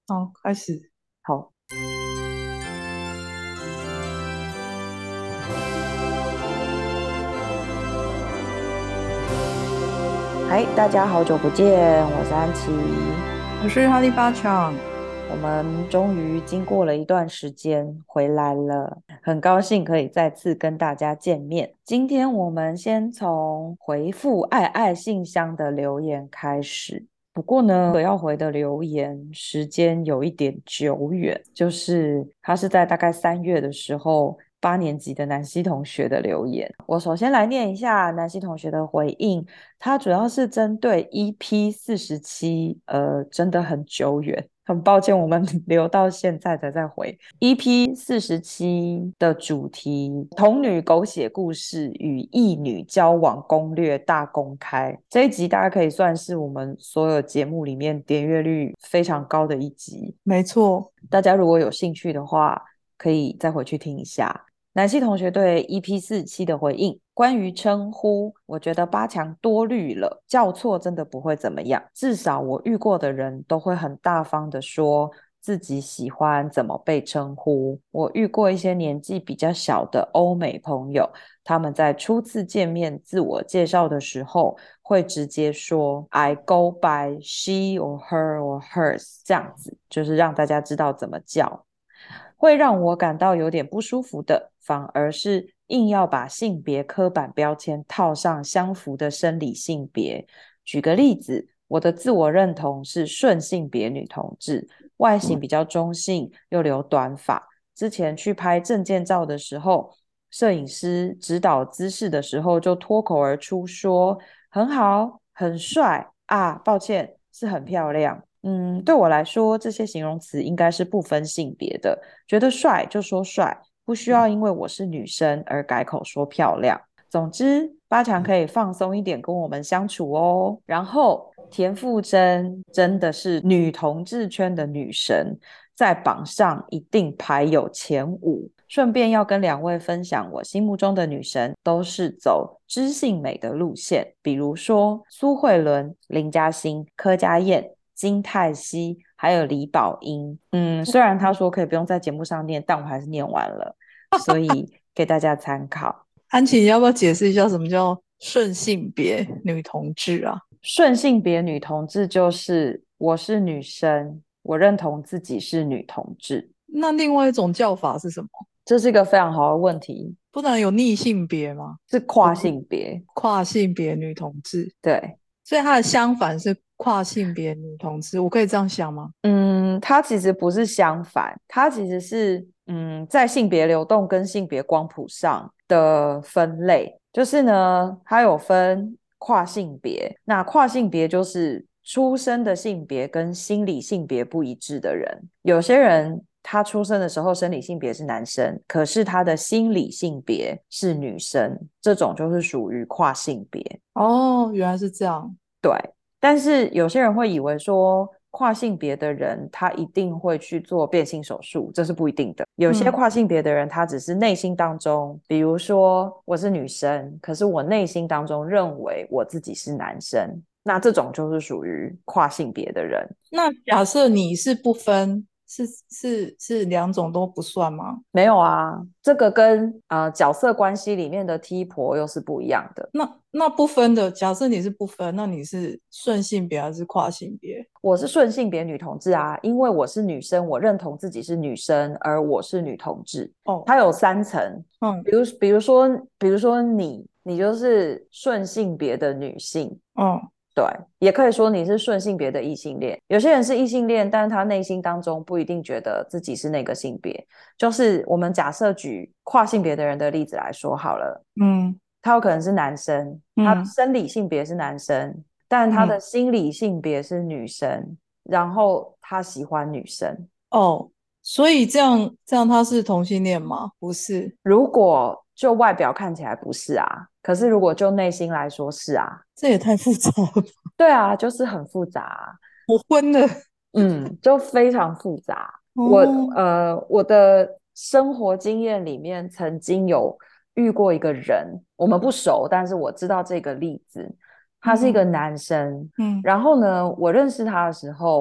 好，开始。 好，嗨，大家好久不见，我是安琪。 我是哈利巴强。 我们终于经过了一段时间回来了，很高兴可以再次跟大家见面。今天我们先从回复爱爱信箱的留言开始。不过呢，我要回的留言时间有一点久远，就是他是在大概3月的时候，8年级的南希同学的留言。我首先来念一下南希同学的回应，他主要是针对 EP47，真的很久远，很抱歉，我们留到现在才在回。EP47的主题：童女狗血故事与异女交往攻略大公开。这一集大概可以算是我们所有节目里面点阅率非常高的一集。 没错。 大家如果有兴趣的话，可以再回去听一下。南希同学对 EP47的回应，关于称呼，我觉得八强多虑了，叫错真的不会怎么样，至少我遇过的人都会很大方的说自己喜欢怎么被称呼。我遇过一些年纪比较小的欧美朋友，他们在初次见面自我介绍的时候，会直接说 I go by she or her or hers， 这样子就是让大家知道怎么叫。会让我感到有点不舒服的，反而是硬要把性别刻板标签套上相符的生理性别。举个例子，我的自我认同是顺性别女同志，外形比较中性，又留短发。之前去拍证件照的时候，摄影师指导姿势的时候就脱口而出说很好，很帅啊，抱歉，是很漂亮。对我来说，这些形容词应该是不分性别的，觉得帅就说帅，不需要因为我是女生而改口说漂亮。总之，八强可以放松一点跟我们相处哦。然后，田馥甄真的是女同志圈的女神，在榜上一定排有前5。顺便要跟2位分享，我心目中的女神都是走知性美的路线，比如说苏慧伦、林嘉欣、柯佳燕、金泰熙，还有李宝英。虽然他说可以不用在节目上念，但我还是念完了，所以给大家参考。 安琪，你要不要解释一下什么叫顺性别女同志啊？ 顺性别女同志就是我是女生，我认同自己是女同志， 那另外一种叫法是什么？ 这是一个非常好的问题， 不能有逆性别吗？ 是跨性别。 跨性别女同志， 对， 所以它的相反是跨性别女同志，我可以这样想吗？ 它其实不是相反，它其实是在性别流动跟性别光谱上的分类，就是呢，它有分跨性别，那跨性别就是出生的性别跟心理性别不一致的人，有些人他出生的时候生理性别是男生，可是他的心理性别是女生，这种就是属于跨性别。 哦，原来是这样。 对，但是有些人会以为说跨性别的人他一定会去做变性手术，这是不一定的。有些嗯。 跨性别的人他只是内心当中，比如说我是女生，可是我内心当中认为我自己是男生，那这种就是属于跨性别的人。 那假设你是不分，是两种都不算吗？ 没有啊，这个跟角色关系里面的 T 婆又是不一样的。 那不分的，假设你是不分，那你是顺性别还是跨性别？ 我是顺性别女同志啊，因为我是女生，我认同自己是女生，而我是女同志。 哦。 它有3层， 嗯。 比如说你就是顺性别的女性， 哦。 对，也可以说你是顺性别的异性恋。有些人是异性恋，但是他内心当中不一定觉得自己是那个性别。就是我们假设举跨性别的人的例子来说好了， 嗯。 他有可能是男生，他的嗯。 生理性别是男生，但他的嗯。 心理性别是女生，然后他喜欢女生。 哦，所以这样他是同性恋吗？不是。 如果就外表看起来不是啊，可是如果就内心来说是啊， 这也太复杂了吧。 对啊，就是很复杂啊， 我昏了。 就非常复杂。我哦。 我的生活经验里面曾经有遇过一个人，我们不熟，但是我知道这个例子。他是一嗯。 个男生， 嗯。 然后呢，我认识他的时候，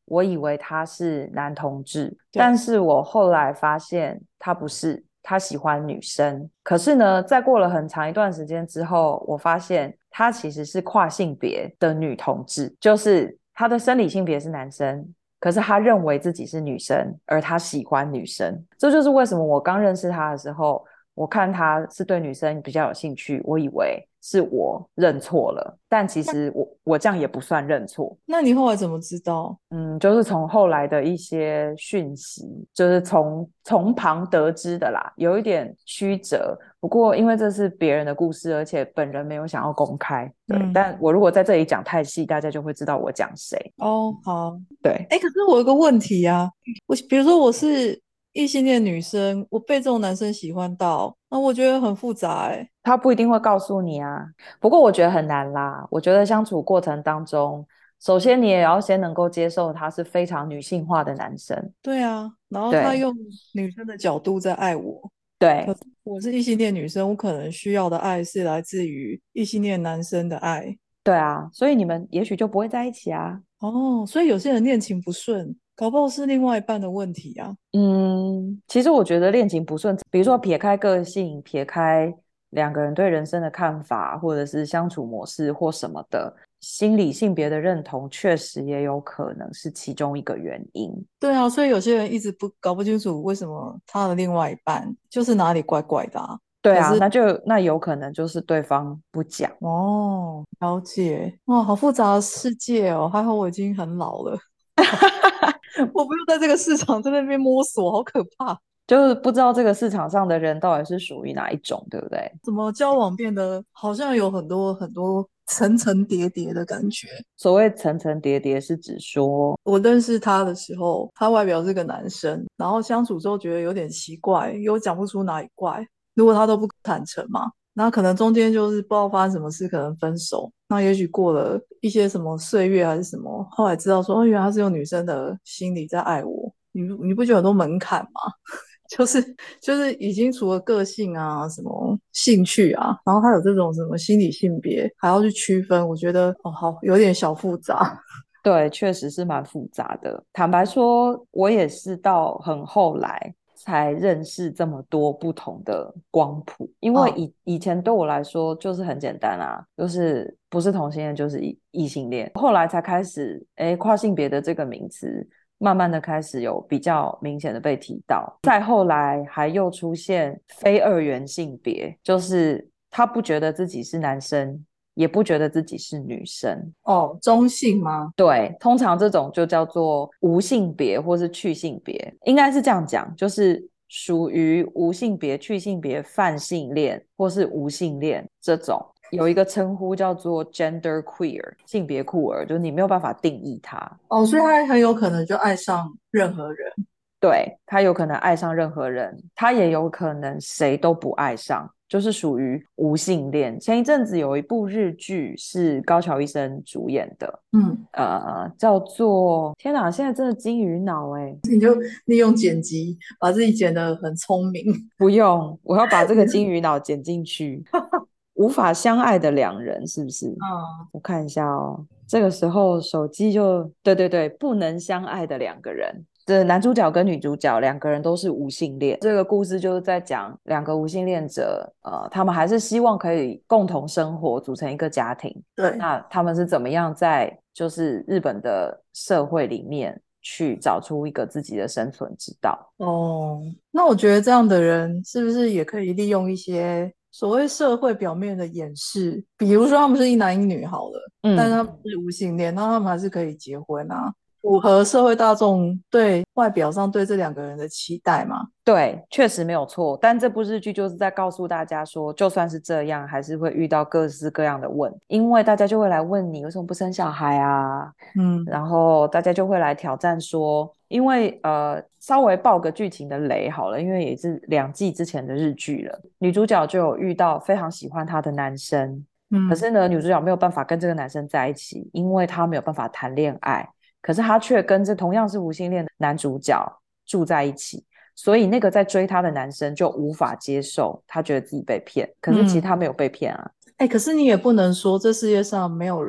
我以为他是男同志， 对， 但是我后来发现他不是，他喜欢女生。可是呢，在过了很长一段时间之后，我发现他其实是跨性别的女同志，就是他的生理性别是男生，可是他认为自己是女生，而他喜欢女生。这就是为什么我刚认识他的时候，我看他是对女生比较有兴趣，我以为是我认错了，但其实我这样也不算认错。 那你后来怎么知道？ 就是从后来的一些讯息，就是从旁得知的啦，有一点曲折。不过因为这是别人的故事，而且本人没有想要公开，对。 嗯， 但我如果在这里讲太细，大家就会知道我讲谁。 哦，好。 对， 哎，可是我有个问题啊，比如说我是异性恋女生，我被这种男生喜欢到，那我觉得很复杂哎。 他不一定会告诉你啊。不过我觉得很难啦。我觉得相处过程当中，首先你也要先能够接受他是非常女性化的男生。 对啊，然后他对用女生的角度在爱我，可对是我是异性恋女生，我可能需要的爱是来自于异性恋男生的爱。 对啊，所以你们也许就不会在一起啊。 哦，所以有些人恋情不顺，搞不好是另外一半的问题啊。 其实我觉得恋情不顺，比如说撇开个性，撇开两个人对人生的看法，或者是相处模式或什么的，心理性别的认同，确实也有可能是其中一个原因。 对啊，所以有些人一直搞不清楚为什么他的另外一半就是哪里怪怪的啊。 对啊，那有可能就是对方不讲。 哦，了解，哇，好复杂的世界哦。还好我已经很老了，我不用在这个市场在那边摸索，好可怕。 就是不知道这个市场上的人到底是属于哪一种，对不对？ 怎么交往变得好像有很多很多层层叠叠的感觉？ 所谓层层叠叠，是指说， 我认识他的时候，他外表是个男生，然后相处之后觉得有点奇怪，又讲不出哪里怪。如果他都不坦诚嘛，那可能中间就是不知道发生什么事，可能分手。那也许过了一些什么岁月还是什么，后来知道说，哦，原来他是用女生的心理在爱我。你不觉得很多门槛吗？就是就是已经除了个性啊、什么兴趣啊，然后还有这种什么心理性别，还要去区分，我觉得哦，好有点小复杂。 对，确实是蛮复杂的。坦白说，我也是到很后来才认识这么多不同的光谱，因为嗯， 以前对我来说就是很简单啊，就是不是同性恋就是异性恋，后来才开始，跨性别的这个名词慢慢的开始有比较明显的被提到，再后来还又出现非二元性别，就是他不觉得自己是男生，也不觉得自己是女生。 哦，中性吗？ 对，通常这种就叫做无性别或是去性别，应该是这样讲，就是属于无性别、去性别、泛性恋或是无性恋这种，有一个称呼叫做 gender queer，性别酷儿，就是你没有办法定义它。 哦，所以他很有可能就爱上任何人。 对，他有可能爱上任何人，他也有可能谁都不爱上，就是属于无性恋。前一阵子有一部日剧是高桥医生主演的， 嗯， 叫做天哪，现在真的金鱼脑哎， 你就利用剪辑把自己剪得很聪明。 不用，我要把这个金鱼脑剪进去。无法相爱的两人，是不是？ 嗯， 我看一下哦，这个时候手机就，对对对，不能相爱的两个人。这男主角跟女主角两个人都是无性恋，这个故事就是在讲两个无性恋者，他们还是希望可以共同生活，组成一个家庭。 对。 那他们是怎么样在就是日本的社会里面去找出一个自己的生存之道？ 哦，那我觉得这样的人是不是也可以利用一些所谓社会表面的掩饰，比如说他们是一男一女好了，但是他们嗯， 是无性恋，那他们还是可以结婚啊，符合社会大众对外表上对这两个人的期待嘛？ 对，确实没有错。但这部日剧就是在告诉大家说，就算是这样，还是会遇到各式各样的问，因为大家就会来问你为什么不生小孩啊？ 嗯然后大家就会来挑战说，因为稍微爆个剧情的雷好了，因为也是2季之前的日剧了，女主角就有遇到非常喜欢她的男生，可嗯是呢，女主角没有办法跟这个男生在一起，因为她没有办法谈恋爱，可是她却跟这同样是无性恋的男主角住在一起。所以那个在追她的男生就无法接受，他觉得自己被骗，可是其实嗯， 他没有被骗啊。 哎，可是你也不能说这世界上没有人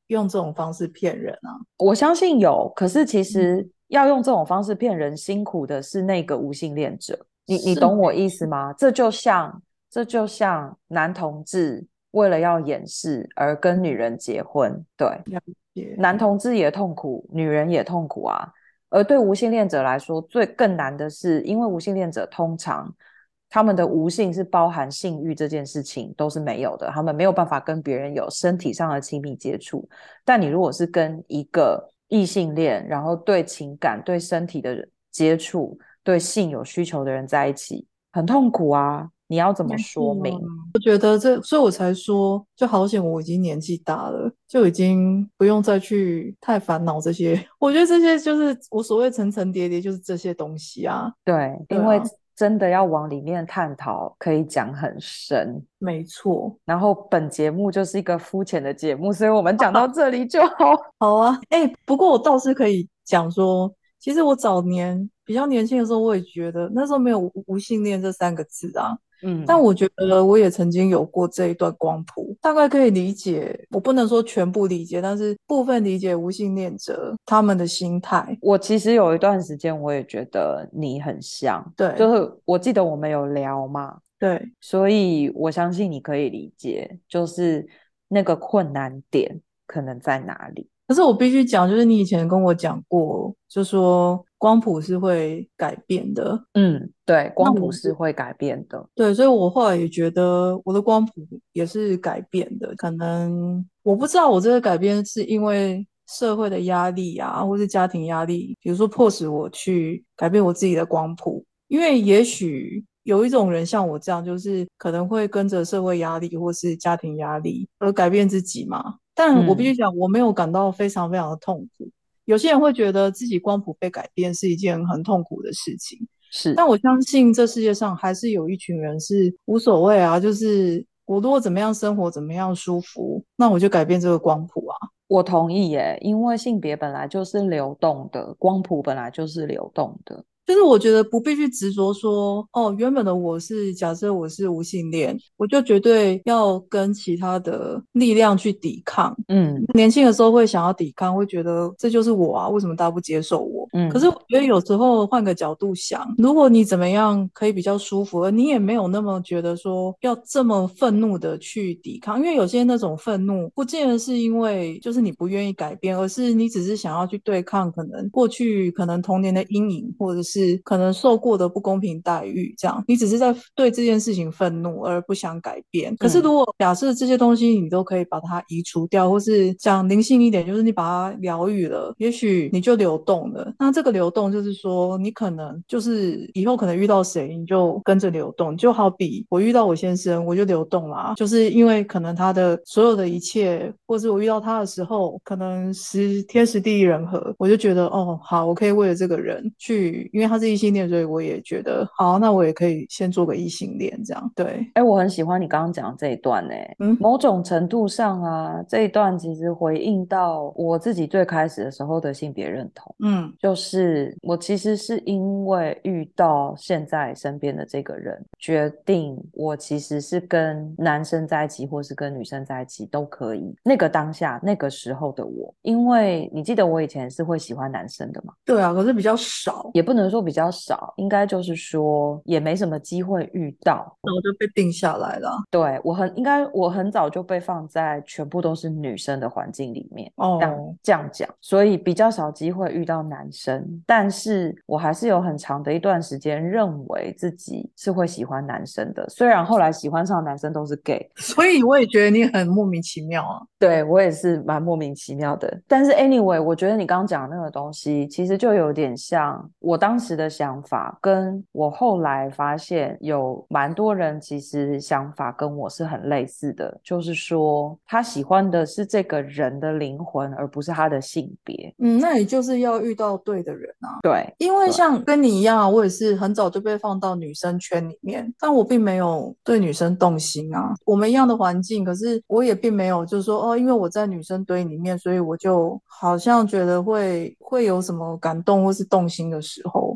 用这种方式骗人啊。 我相信有，可是其嗯， 实要用这种方式骗人，辛苦的是那个无性恋者。你是懂我意思吗？这就像男同志为了要掩饰而跟女人结婚，对， 了解。 男同志也痛苦，女人也痛苦啊。而对无性恋者来说，更难的是，因为无性恋者通常他们的无性是包含性欲这件事情都是没有的，他们没有办法跟别人有身体上的亲密接触。但你如果是跟一个异性恋，然后对情感、对身体的接触、对性有需求的人在一起，很痛苦啊！你要怎么没错啊， 说明？ 我觉得这，所以我才说，就好险我已经年纪大了，就已经不用再去太烦恼这些。我觉得这些就是我所谓层层叠叠，就是这些东西啊。 对，因为对啊， 真的要往里面探讨，可以讲很深。 没错。 然后本节目就是一个肤浅的节目，所以我们讲到这里就好。 好啊，哎，不过我倒是可以讲说，其实我早年比较年轻的时候，我也觉得那时候没有无性恋这3个字啊，但嗯， 我觉得我也曾经有过这一段光谱，大概可以理解，我不能说全部理解，但是部分理解无性恋者他们的心态。 我其实有一段时间我也觉得你很像，就对是我记得我们有聊嘛， 对， 所以我相信你可以理解，就是那个困难点可能在哪里。 可是我必须讲，就是你以前跟我讲过，就说光谱是会改变的。 嗯，对，光谱那我是会改变的。 对，所以我后来也觉得我的光谱也是改变的。可能我不知道我这个改变是因为社会的压力啊，或是家庭压力，比如说迫使我去改变我自己的光谱。因为也许有一种人像我这样，就是可能会跟着社会压力或是家庭压力而改变自己嘛。但我必须嗯， 讲，我没有感到非常非常的痛苦。有些人会觉得自己光谱被改变是一件很痛苦的事情。但是。 我相信这世界上还是有一群人是无所谓啊，就是我如果怎么样生活，怎么样舒服，那我就改变这个光谱啊。 我同意耶，因为性别本来就是流动的，光谱本来就是流动的。 就是我觉得不必去执着说，哦，原本的我是假设我是无性恋，我就绝对要跟其他的力量去抵抗。 嗯年轻的时候会想要抵抗，会觉得这就是我啊，为什么大家不接受我？可是嗯我觉得有时候换个角度想，如果你怎么样可以比较舒服，而你也没有那么觉得说要这么愤怒的去抵抗，因为有些那种愤怒不见得是因为就是你不愿意改变，而是你只是想要去对抗可能过去可能童年的阴影，或者是可能受过的不公平待遇，这样你只是在对这件事情愤怒而不想改变。可是嗯如果假设这些东西你都可以把它移除掉，或是讲灵性一点，就是你把它疗愈了，也许你就流动了。那这个流动就是说，你可能就是以后可能遇到谁，你就跟着流动。就好比我遇到我先生，我就流动啦，就是因为可能他的所有的一切，或是我遇到他的时候，可能天时地利人和，我就觉得哦，好，我可以为了这个人去，因为他是异性恋，所以我也觉得好，那我也可以先做个异性恋，这样对。 哎，我很喜欢你刚刚讲的这一段呢。 嗯某种程度上啊，这一段其实回应到我自己最开始的时候的性别认同， 嗯就是我其实是因为遇到现在身边的这个人，决定我其实是跟男生在一起，或是跟女生在一起都可以。那个当下那个时候的我，因为你记得我以前是会喜欢男生的嘛。 对啊，可是比较少， 也不能说比较少，应该就是说也没什么机会遇到。 然后就被定下来了。 对，我很早就被放在全部都是女生的环境里面， 哦， 这样讲，所以比较少机会遇到男生。但是我还是有很长的一段时间认为自己是会喜欢男生的，虽然后来喜欢上的男生都是 gay。 所以我也觉得你很莫名其妙啊。 对，我也是蛮莫名其妙的，但是 anyway，我觉得你刚刚讲的那个东西，其实就有点像我当时的想法，跟我后来发现有蛮多人其实想法跟我是很类似的，就是说他喜欢的是这个人的灵魂，而不是他的性别。 嗯，那你就是要遇到对的人啊。 对因为对， 像跟你一样啊，我也是很早就被放到女生圈里面，但我并没有对女生动心啊。我们一样的环境，可是我也并没有就是说哦，因为我在女生堆里面，所以我就好像觉得会有什么感动或是动心的时候。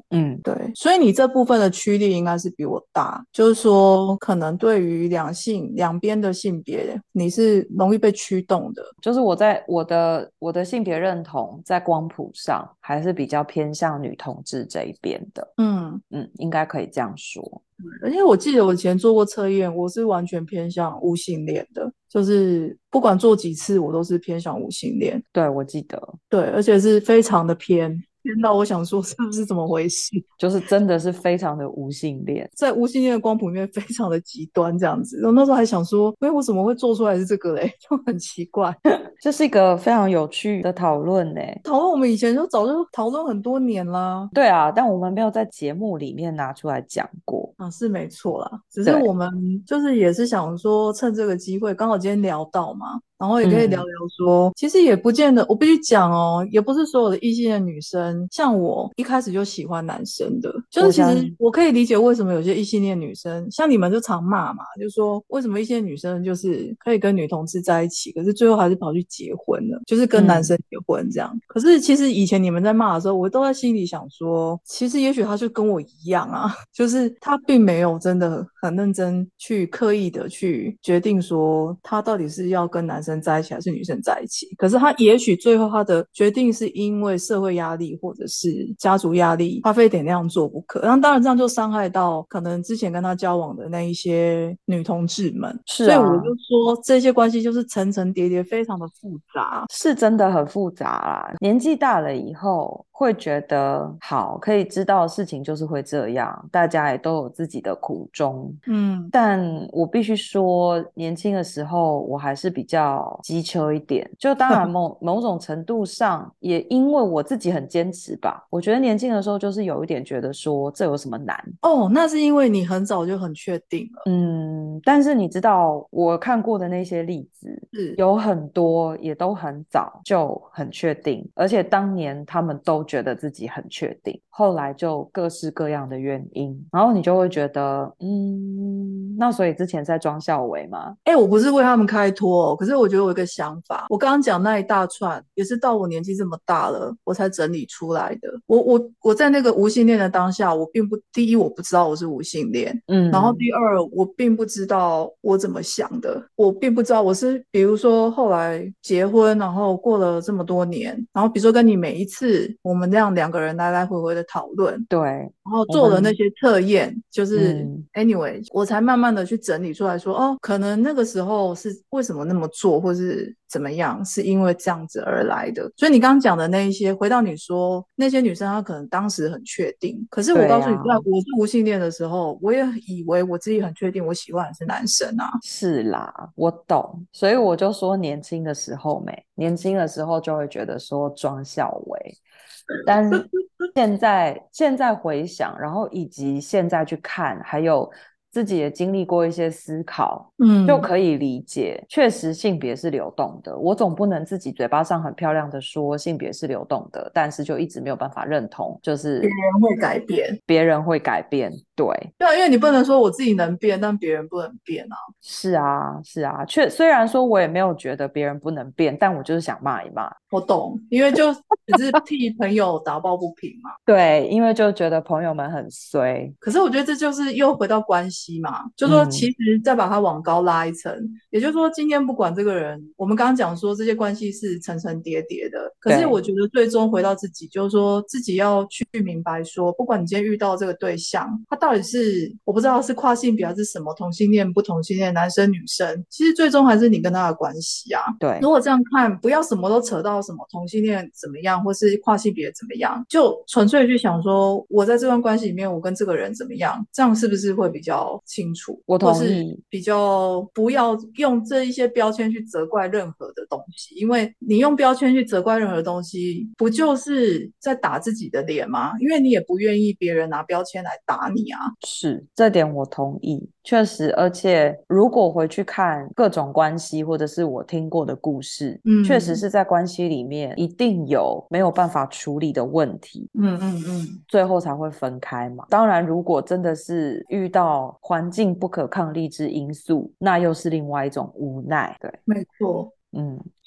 对，所以你这部分的驱力应该是比我大，就是说可能对于两边的性别，你是容易被驱动的。 就是我在我的性别认同在光谱上还是比较偏向女同志这一边的，应该可以这样说。 而且我记得我以前做过测验，我是完全偏向无性恋的，就是不管做几次，我都是偏向无性恋。 对，我记得对，而且是非常的偏到我想说是不是怎么回事？ 就是真的是非常的无性恋。 在无性恋的光谱里面非常的极端这样子。我那时候还想说，我怎么会做出来是这个嘞？就很奇怪。 这是一个非常有趣的讨论呢。 讨论我们以前就早就讨论很多年啦。 对啊，但我们没有在节目里面拿出来讲过。 啊，是没错啦，只是我对， 们就是也是想说，趁这个机会，刚好今天聊到嘛，然后也可以聊嗯， 聊说，其实也不见得，我必须讲哦，也不是所有的异性的女生，像我一开始就喜欢男生的，就是其实我相信我可以理解为什么有些异性恋女生，像你们就常骂嘛，就说为什么一些女生就是可以跟女同志在一起，可是最后还是跑去结婚了，就是跟男生结婚这样。可是其实以前你们在骂的时候，我都在心里想说，其实也许他就跟我一样啊，就是他并没有真的很认真去刻意的去决定说他到底是要跟男生在一起还是女生在一起。可是他也许最后他的决定是因为社会压力或者是家族压力，他非得那样做不可。那当然这样就伤害到可能之前跟他交往的那一些女同志们。所以我就是啊， 说这些关系就是层层叠叠，非常的复杂。 是真的很复杂啦。年纪大了以后，会觉得好，可以知道事情就是会这样，大家也都有自己的苦衷。但我必须说，年轻的时候我还是比较机车一点。就当然某种程度上，也因为我自己很坚持吧。我觉得年轻的时候就是有一点觉得说，这有什么难？ 哦，那是因为你很早就很确定了。 但是你知道我看过的那些例子， 是。 有很多也都很早就很确定，而且当年他们都觉得自己很确定，后来就各式各样的原因，然后你就会觉得，那所以之前在装孝伟吗？ 我不是为他们开脱哦，可是我觉得我有一个想法，我刚刚讲那一大串，也是到我年纪这么大了，我才整理出来的。我在那个无性恋的当下，我并不第一我不知道我是无性恋，然后嗯， 第二我并不知道我怎么想的，我并不知道我是比如说后来结婚，然后过了这么多年，然后比如说跟你每一次我们这样两个人来来回回的讨论， 对， 然后我们， 做了那些测验，就是嗯。 anyway，我才慢慢的去整理出来说，哦，可能那个时候是为什么那么做，或是怎么样，是因为这样子而来的。所以你刚刚讲的那一些，回到你说那些女生，她可能当时很确定，可是我告诉你， 对呀， 在我是无性恋的时候，我也以为我自己很确定，我喜欢的是男生啊。 是啦，我懂，所以我就说年轻的时候年轻的时候就会觉得说装孝伟，但现在回想，然后以及现在去看，还有自己也经历过一些思考，就嗯， 可以理解，确实性别是流动的。我总不能自己嘴巴上很漂亮的说性别是流动的，但是就一直没有办法认同，就是别人会改变。 别人会改变。对， 对啊，因为你不能说我自己能变，但别人不能变啊。 是啊，是啊，虽然说我也没有觉得别人不能变，但我就是想骂一骂。 我懂，因为就只是替朋友打抱不平嘛。 对，因为就觉得朋友们很衰。 可是我觉得这就是又回到关系嘛，就说其嗯， 实再把它往高拉一层，也就是说今天不管这个人，我们刚刚讲说这些关系是层层叠叠的，可是我对觉得最终回到自己，就是说自己要去明白说，不管你今天遇到这个对象，他到底是我不知道是跨性别还是什么同性恋不同性恋，男生女生，其实最终还是你跟他的关系啊。如对， 果这样看，不要什么都扯到什么同性恋怎么样，或是跨性别怎么样，就纯粹去想说，我在这段关系里面，我跟这个人怎么样，这样是不是会比较清楚， 我或是同意。 比较不要用这一些标签去责怪任何的东西？因为你用标签去责怪任何东西，不就是在打自己的脸吗？因为你也不愿意别人拿标签来打你啊。 是，这点我同意，确实，而且如果回去看各种关系，或者是我听过的故事，确实嗯是在关系里面一定有没有办法处理的问题， 嗯， 最后才会分开嘛。当然，如果真的是遇到环境不可抗力之因素，那又是另外一种无奈。对， 没错。 嗯，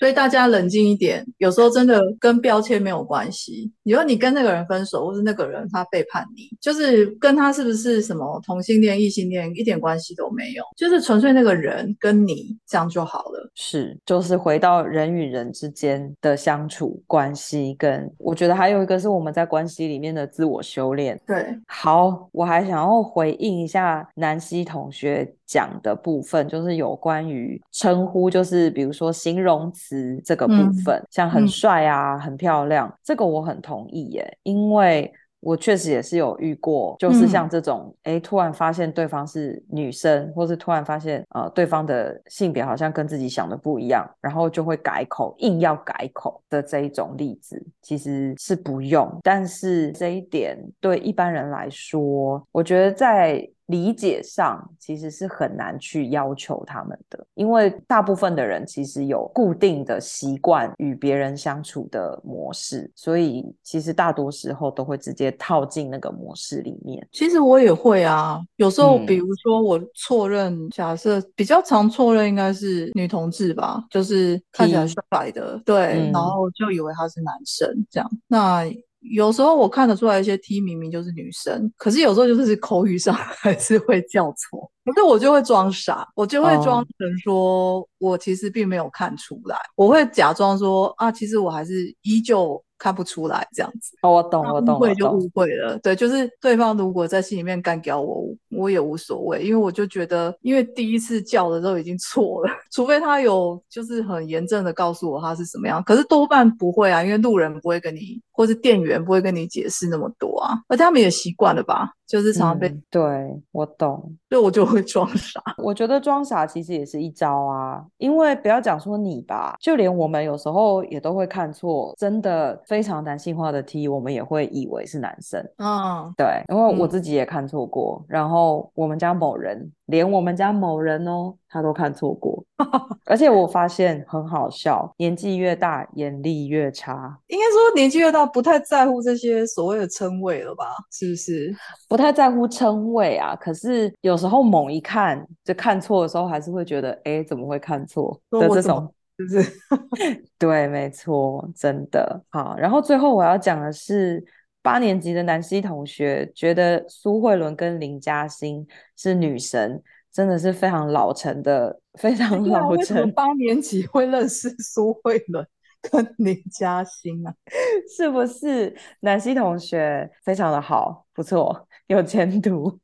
所以大家冷静一点，有时候真的跟标签没有关系。你说你跟那个人分手，或是那个人他背叛你，就是跟他是不是什么同性恋、异性恋一点关系都没有，就是纯粹那个人跟你这样就好了。 是，就是回到人与人之间的相处关系，跟我觉得还有一个是我们在关系里面的自我修炼。 对， 好，我还想要回应一下南希同学讲的部分，就是有关于称呼，就是比如说形容词这个部嗯分，像很嗯帅啊、很漂亮，这个我很同意耶，因为我确实也是有遇过，就是像嗯， 这种，突然发现对方是女生，或是突然发现对方的性别好像跟自己想的不一样，然后就会改口，硬要改口的这一种例子，其实是不用。但是这一点对一般人来说，我觉得在理解上其实是很难去要求他们的，因为大部分的人其实有固定的习惯与别人相处的模式，所以其实大多时候都会直接套进那个模式里面。 其实我也会啊，有时候比嗯如说我错认，假设比较常错认应该是女同志吧，就是看起来 ，T， 帅帅的，对，然嗯， 后就以为他是男生这样。那有时候我看得出来一些 T 明明就是女生，可是有时候就是口语上还是会叫错，可是我就会装傻，我就会装哦， 成说我其实并没有看出来，我会假装说啊，其实我还是依旧看不出来这样子。 哦，我懂， 那我懂，我懂。 误会就误会了，对，就是对方如果在心里面干掉我，我也无所谓，因为我就觉得，因为第一次叫的都已经错了，除非他有就是很严正的告诉我他是什么样，可是多半不会啊，因为路人不会跟你，或是店员不会跟你解释那么多啊，而他们也习惯了吧，就是常常被， 嗯，对，我懂。 所以我就会装傻。 我觉得装傻其实也是一招啊，因为不要讲说你吧，就连我们有时候也都会看错，真的非常男性化的 T，我们也会以为是男生。 嗯对，因为我嗯， 自己也看错过，然后我们家某人，连我们家某人哦，他都看错过，而且我发现很好笑，年纪越大，眼力越差。 应该说年纪越大，不太在乎这些所谓的称谓了吧？是不是？ 不太在乎称谓啊，可是有时候猛一看就看错的时候，还是会觉得，哎，怎么会看错说我怎么， 的这种。 是不是？ 对，没错，真的好。然后最后我要讲的是，8年级的南希同学觉得苏慧伦跟林嘉欣是女神，真的是非常老成的，非常对啊，为什么老成， 8年级会认识苏慧伦跟林嘉欣啊？ 是不是？南希同学非常的好，不错，有前途。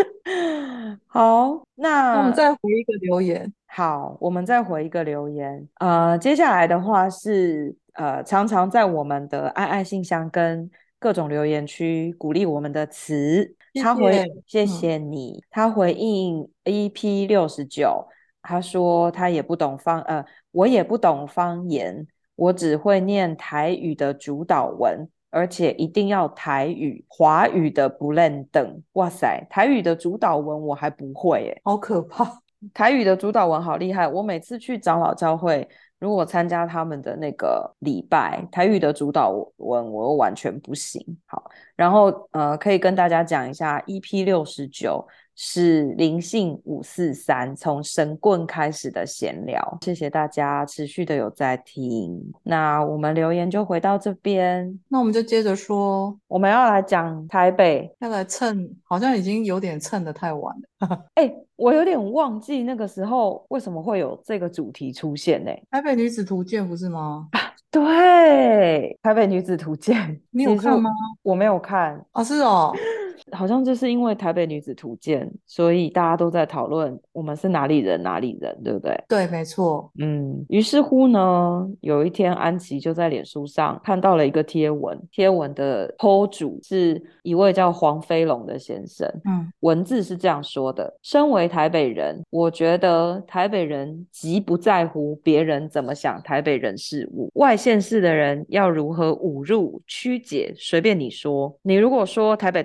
好， 那我们那再回一个留言， 好，我们再回一个留言。接下来的话是常常在我们的爱爱信箱跟各种留言区鼓励我们的词， 谢谢。 谢嗯， 谢你。他回应 EP69，他说他也不懂我也不懂方言，我只会念台语的主导文。而且一定要台语、华语的不认等。哇塞，台语的主导文我还不会耶。 好可怕。 台语的主导文好厉害，我每次去长老教会，如果参加他们的那个礼拜，台语的主导文我又完全不行。好，然后可以跟大家讲一下，EP69是灵性543从神棍开始的闲聊，谢谢大家持续的有在听。那我们留言就回到这边， 那我们就接着说， 我们要来讲台北。 要来蹭，好像已经有点蹭得太晚了。 哎，我有点忘记那个时候为什么会有这个主题出现呢？ 台北女子图鉴不是吗？ 对，《台北女子图鉴》 你有其实看吗？ 我没有看， 啊，是哦。 好像就是因为《台北女子图鉴》，所以大家都在讨论我们是哪里人，哪里人，对不对？ 对，没错。 嗯，于是乎呢，有一天安琪就在脸书上看到了一个贴文，贴文的 po 主是一位叫黄飞龙的先生， 嗯， 文字是这样说的：身为台北人，我觉得台北人极不在乎别人怎么想台北人事物，外县市的人要如何侮辱、曲解，随便你说。你如果说台北东西难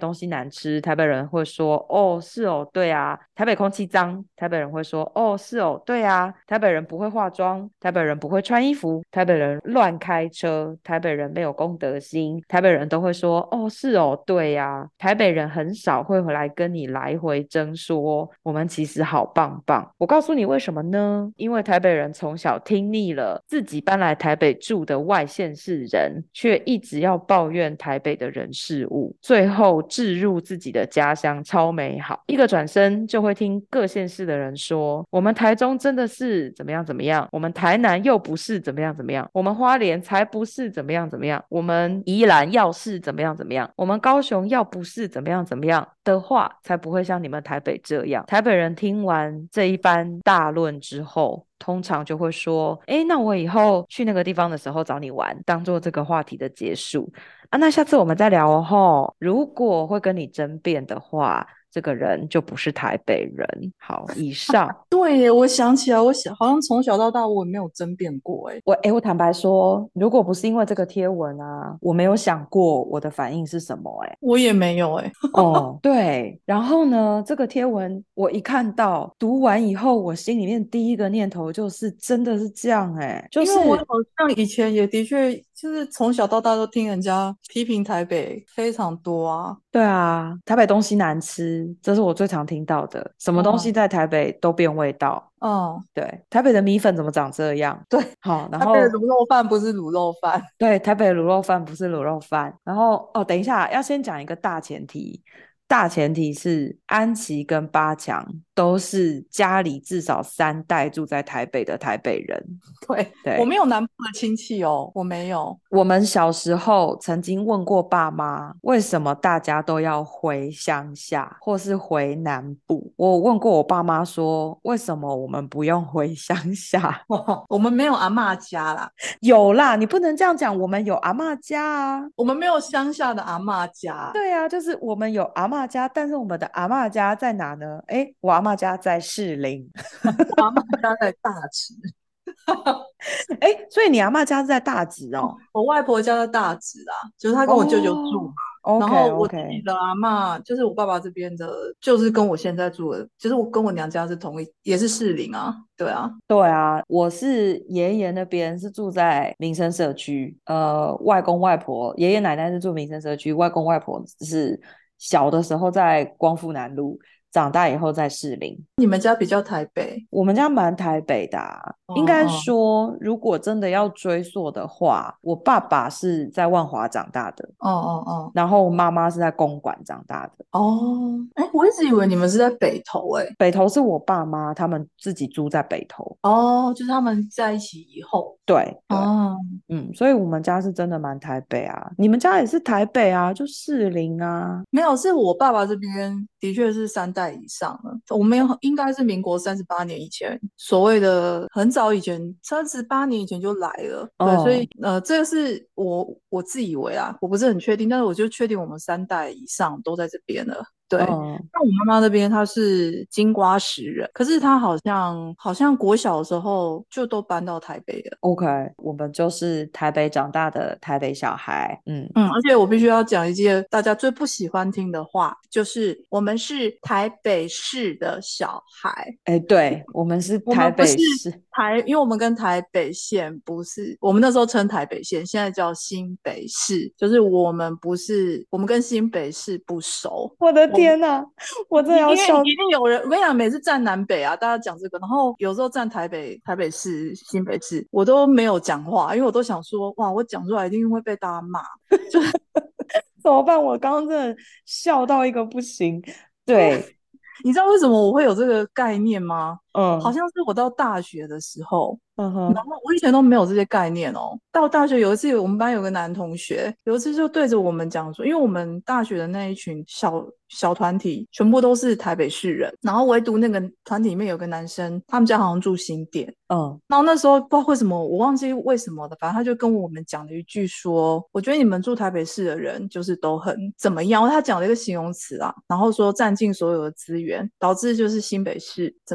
难吃，台北人会说哦是哦对啊，台北空气脏，台北人会说哦是哦对啊，台北人不会化妆，台北人不会穿衣服，台北人乱开车，台北人没有公德心，台北人都会说哦是哦对啊，台北人很少会回来跟你来回争说我们其实好棒棒。我告诉你为什么呢？因为台北人从小听腻了自己搬来台北住的外县市人，却一直要抱怨台北的人事物，最后置入自己的家乡超美好，一个转身就会听各县市的人说我们台中真的是怎么样怎么样，我们台南又不是怎么样怎么样，我们花莲才不是怎么样怎么样，我们宜兰要是怎么样怎么样，我们高雄要不是怎么样怎么样的话，才不会像你们台北这样。台北人听完这一番大论之后，通常就会说诶，那我以后去那个地方的时候找你玩，当做这个话题的结束啊，那下次我们再聊哦吼。如果会跟你争辩的话，这个人就不是台北人。好，以上。 对耶，我想起来，好像从小到大我也没有争辩过哎。 我坦白说，如果不是因为这个贴文啊，我没有想过我的反应是什么我也没有哎。 哦，对，然后呢，这个贴文我一看到，读完以后，我心里面第一个念头就是真的是这样就因为我好是像以前也的确就是从小到大都听人家批评台北非常多啊。 对啊，台北东西难吃，这是我最常听到的，什么东西嗯在台北都变味道。 嗯， 对，台北的米粉怎么长这样？ 对， 好，然台北的后卤肉饭不是卤肉饭。 对，台北的卤肉饭不是卤肉饭。然后哦，等一下，要先讲一个大前提，大前提是安琪跟八强都是家里至少3代住在台北的台北人。 对，我没对， 有南部的亲戚哦，我没有。 我们小时候曾经问过爸妈，为什么大家都要回乡下或是回南部？我问过我爸妈说，为什么我们不用回乡下？ 我们没有阿嬷家啦， 有啦，你不能这样讲，我们有阿嬷家啊。 我们没有乡下的阿嬷家。 对啊，就是我们有阿嬷家，但是我们的阿嬷家在哪呢？诶，我阿嬷家在士林。 我阿嬷家在大直。 诶，所以你阿嬷家是在大直哦， 哦。 我外婆家在大直啊，就是她跟我舅舅住哦嘛。然 ，OK 后我自己 OK。 的阿嬷，就是我爸爸这边的，就是跟我现在住的，就是我跟我娘家是同一，也是士林啊。对啊。 对啊，我是爷爷那边是住在民生社区，外公外婆、爷爷奶奶是住民生社区，外公外婆是小的时候在光复南路，长大以后在士林。 你们家比较台北。 我们家蛮台北的哦应该哦说，如果真的要追溯的话，我爸爸是在万华长大的， 哦哦哦然后妈妈是在公馆长大的。 哦，哎，我一直以为你们是在北投哎。 北投是我爸妈他们自己住在北投。 哦，就是他们在一起以后。 对对， 哦， 所以我们家是真的蛮台北啊，你们家也是台北啊，就士林啊。 没有，是我爸爸这边的确是3代以上了。我们应该是民国38年以前，所谓的很早以前，38年以前就来了。对，所以哦， 这个是我自以为啊，我不是很确定，但是我就确定我们3代以上都在这边了。对， 嗯那我妈妈那边她是金瓜石人，可是她好像国小的时候就都搬到台北了。 ，OK，我们就是台北长大的台北小孩。 而且我必须要讲一件大家最不喜欢听的话，就是我们是台北市的小孩。 哎，对，我们是台我们不是北市。 因为我们跟台北县不是，我们那时候称台北县，现在叫新北市，就是我们不是，我们跟新北市不熟。 我的我们天呐，我真的要因为笑死。 一定有人，我跟你讲，每次站南北啊，大家讲这个，然后有时候站台北市、新北市，我都没有讲话，因为我都想说，哇，我讲出来一定会被大家骂。 怎么办？我刚刚真的笑到一个不行。对， 你知道为什么我会有这个概念吗？好嗯像是我到大学的时候， 嗯哼， 然后我以前都没有这些概念哦。到大学有一次，我们班有个男同学，有一次就对着我们讲说，因为我们大学的那一群小团体全部都是台北市人，然后唯独那个团体里面有个男生，他们家好像住新店。 嗯然后那时候不知道为什么，我忘记为什么的，反正他就跟我们讲了一句说，我觉得你们住台北市的人就是都很怎么样，他讲了一个形容词啊，然后说占尽所有的资源，导致就是新北市怎么样怎么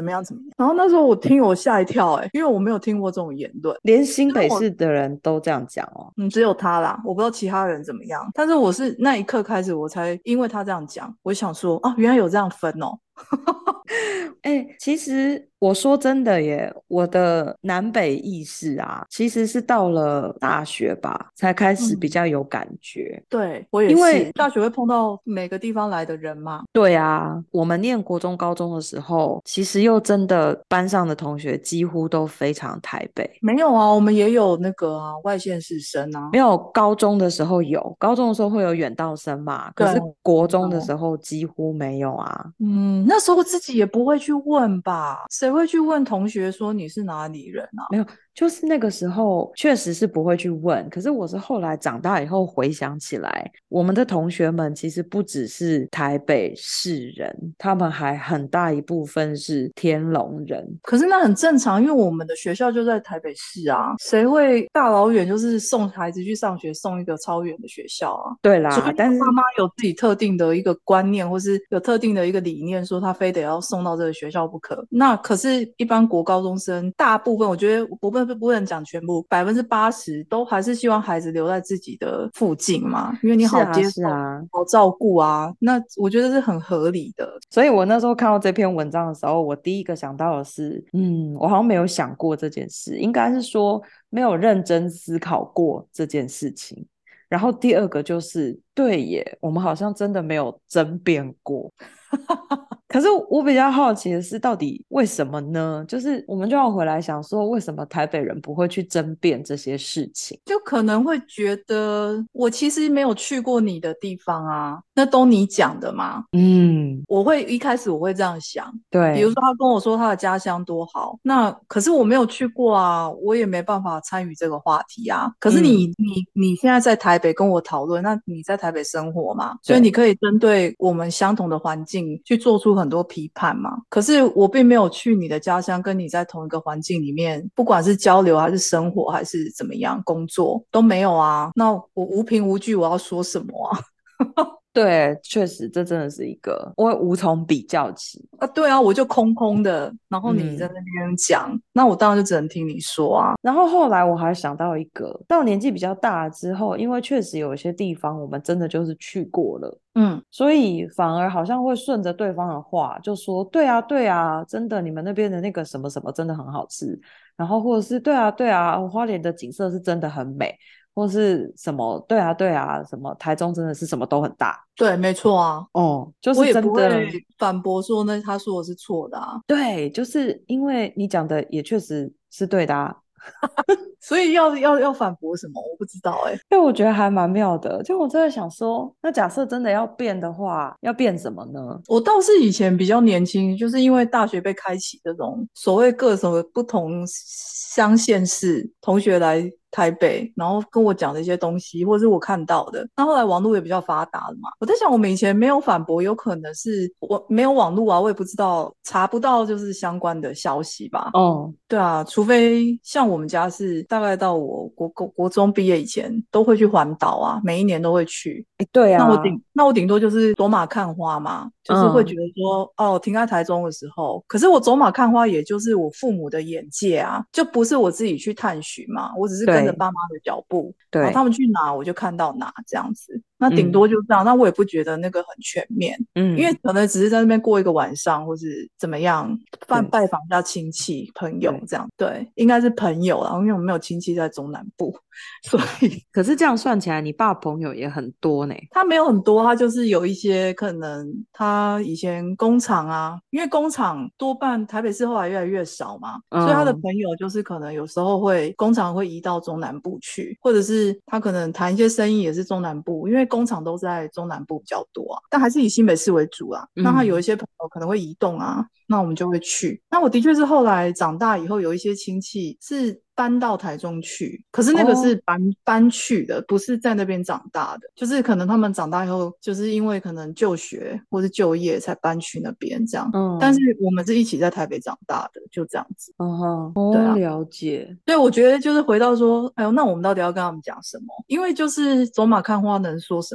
然后那时候我听我吓一跳，因为我没有听过这种言论。 连新北我市的人都这样讲哦。 只有他啦，我不知道其他人怎么样。但是我是那一刻开始，我才因为他这样讲，我想说啊，原来有这样分哦。 其实我说真的耶，我的南北意识啊，其实是到了大学吧，才开始比嗯， 较有感觉。 对，我也是， 因为大学会碰到每个地方来的人嘛。 对啊，我们念国中、高中的时候，其实又真的班上的同学几乎都非常台北。 没有啊，我们也有那个啊，外县市生啊。 没有，高中的时候有，高中的时候会有远道生嘛，可对， 是国中的有。 时候几乎没有啊。 那时候自己也不会去问吧？谁会去问同学说你是哪里人啊？ 没有，就是那个时候确实是不会去问，可是我是后来长大以后回想起来，我们的同学们其实不只是台北市人，他们还很大一部分是天龙人。 可是那很正常，因为我们的学校就在台北市啊，谁会大老远就是送孩子去上学，送一个超远的学校啊？ 对啦， 除非那但是个爸妈有自己特定的一个观念，或是有特定的一个理念，说他非得要送到这个学校不可。那可是，一般国高中生大部分，我觉得不能讲全部，80%都还是希望孩子留在自己的附近嘛，因为你是啊好接受、 是啊， 好照顾啊。那我觉得是很合理的。 所以我那时候看到这篇文章的时候，我第一个想到的是，我好像没有想过这件事，应该是说没有认真思考过这件事情。然后第二个就是，对耶，我们好像真的没有争辩过。可是我比较好奇的是，到底为什么呢？就是我们就要回来想说，为什么台北人不会去争辩这些事情？ 就可能会觉得我其实没有去过你的地方啊，那都你讲的嘛。 嗯， 一开始我会这样想，比如说对他跟我说他的家乡多好，那可是我没有去过啊，我也没办法参与这个话题啊。可是嗯， 你现在在台北跟我讨论，那你在台北生活嘛，所以你对。 可以针对我们相同的环境去做出很多批判嘛。可是我并没有去你的家乡，跟你在同一个环境里面，不管是交流还是生活还是怎么样工作都没有啊。那我无凭无据，我要说什么啊？ 对，确实，这真的是一个我无从比较起。 啊，对啊，我就空空的，然后你在嗯， 那边讲，那我当然就只能听你说啊。 然后后来我还想到一个，到年纪比较大了之后，因为确实有一些地方我们真的就是去过了， 嗯， 所以反而好像会顺着对方的话就说，对啊，对啊，真的，你们那边的那个什么什么真的很好吃，然后或者是对啊，对啊，花莲的景色是真的很美，或是什么，对啊，对啊，什么台中真的是什么都很大。 对，没错啊， 哦，就是我也不会真的， 反驳说那他说的是错的啊。 对，就是因为你讲的也确实是对的啊。 所以要反驳什么，我不知道哎、 因为我觉得还蛮妙的，就我真的想说，那假设真的要变的话，要变什么呢？ 我倒是以前比较年轻，就是因为大学被开启这种所谓各种不同乡县市同学来台北，然后跟我讲的一些东西，或者是我看到的。那后来网络也比较发达了嘛，我在想我们以前没有反驳，有可能是我没有网络啊，我也不知道查不到就是相关的消息吧。 哦， 对啊，除非像我们家是大概到我国中毕业以前都会去环岛啊，每一年都会去。 哎，对啊， 那我顶多就是走马看花嘛，就是会觉嗯， 得说，哦，停在台中的时候，可是我走马看花，也就是我父母的眼界啊，就不是我自己去探寻嘛，我只是跟着对爸妈的脚步，然后他对， 们去哪我就看到哪这样子，那顶嗯多就这样，那我也不觉得那个很全面，因为嗯， 可能只是在那边过一个晚上，或是怎么样， 对拜访一下亲戚朋友对。 这样，对，应该是朋友啦，因为我没有亲戚在中南部，所以可是这样算起来，你爸朋友也很多呢。 他没有很多，他就是有一些可能他以前工厂啊，因为工厂多半台北市后来越来越少嘛，所以他的嗯朋友就是可能有时候工厂会移到中南部去，或者是他可能谈一些生意也是中南部，因为工厂都在中南部比较多啊，但还是以新北市为主啊。那他有一嗯， 些朋友可能会移动啊，那我们就会去。那我的确是后来长大以后，有一些亲戚是搬到台中去，可是那个是哦， 搬去的，不是在那边长大的。就是可能他们长大以后，就是因为可能就学或是就业才搬去那边这样。但是嗯我们是一起在台北长大的，就这样子。 嗯哼，哦， 对啊， 了解。 所以我觉得就是回到说，哎呦，那我们到底要跟他们讲什么？因为就是走马看花能说什么？